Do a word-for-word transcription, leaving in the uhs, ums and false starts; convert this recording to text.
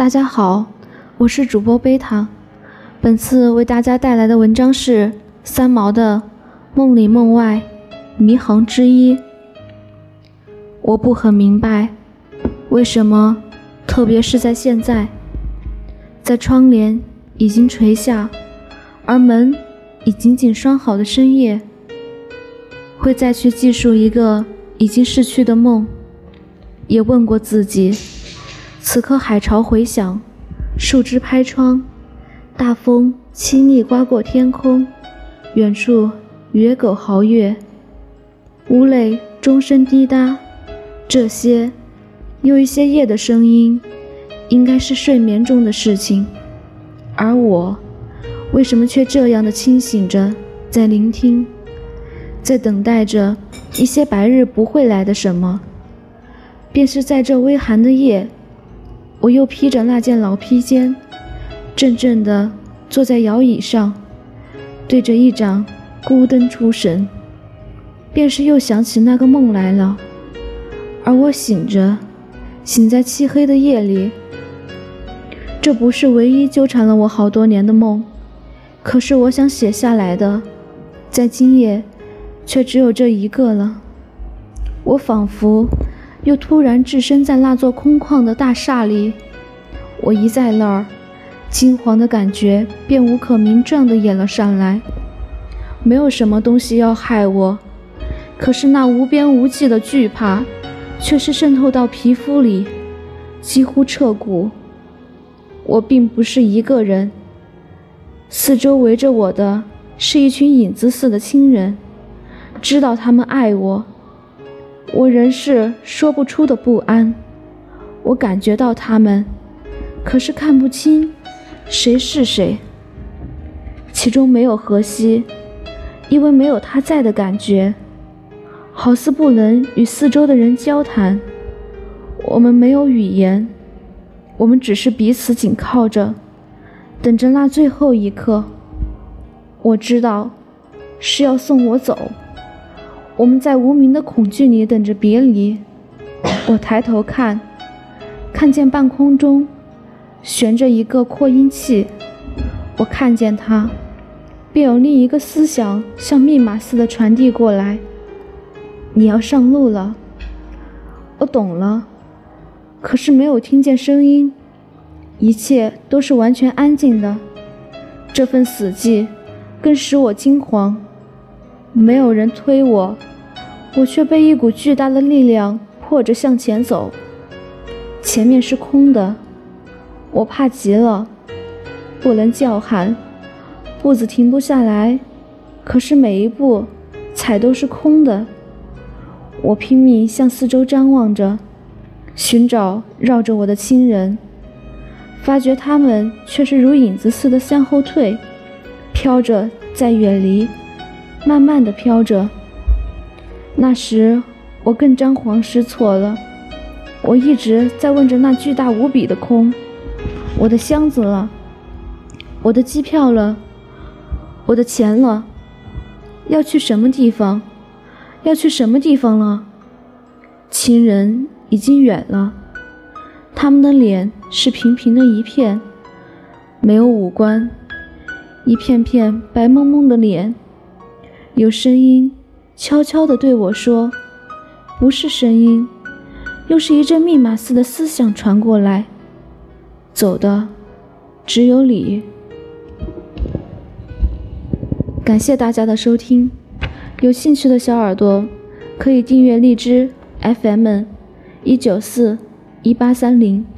大家好，我是主播贝塔。本次为大家带来的文章是三毛的《梦里梦外迷航之一》。我不很明白，为什么，特别是在现在，在窗帘已经垂下，而门已紧紧拴好的深夜，会再去记述一个已经逝去的梦。也问过自己，此刻海潮回响，树枝拍窗，大风轻昵刮过天空，远处野狗嚎跃，屋内钟声滴答，这些又一些夜的声音应该是睡眠中的事情，而我为什么却这样的清醒着，在聆听，在等待着一些白日不会来的什么。便是在这微寒的夜，我又披着那件老披肩，怔怔地坐在摇椅上，对着一盏孤灯出神，便是又想起那个梦来了。而我醒着，醒在漆黑的夜里。这不是唯一纠缠了我好多年的梦，可是我想写下来的，在今夜却只有这一个了。我仿佛又突然置身在那座空旷的大厦里，我一在那儿，惊惶的感觉便无可名状地演了上来。没有什么东西要害我，可是那无边无际的惧怕却是渗透到皮肤里，几乎彻骨。我并不是一个人，四周围着我的是一群影子似的亲人，知道他们爱我，我仍是说不出的不安。我感觉到他们，可是看不清谁是谁。其中没有荷西，因为没有他在的感觉，好似不能与四周的人交谈。我们没有语言，我们只是彼此紧靠着，等着那最后一刻。我知道是要送我走，我们在无名的恐惧里等着别离。我抬头看，看见半空中悬着一个扩音器，我看见它，便有另一个思想像密码似的传递过来。你要上路了。我懂了，可是没有听见声音，一切都是完全安静的。这份死寂更使我惊惶。没有人推我，我却被一股巨大的力量迫着向前走。前面是空的，我怕极了，不能叫喊，步子停不下来，可是每一步踩都是空的。我拼命向四周张望着，寻找绕着我的亲人，发觉他们却是如影子似的向后退，飘着在远离，慢慢地飘着。那时我更张皇失措了，我一直在问着那巨大无比的空，我的箱子了，我的机票了，我的钱了，要去什么地方？要去什么地方了？亲人已经远了，他们的脸是平平的一片，没有五官，一片片白蒙蒙的脸。有声音悄悄地对我说，不是声音，又是一阵密码似的思想传过来，走的只有你。感谢大家的收听，有兴趣的小耳朵可以订阅荔枝 F M 一九四一八三零。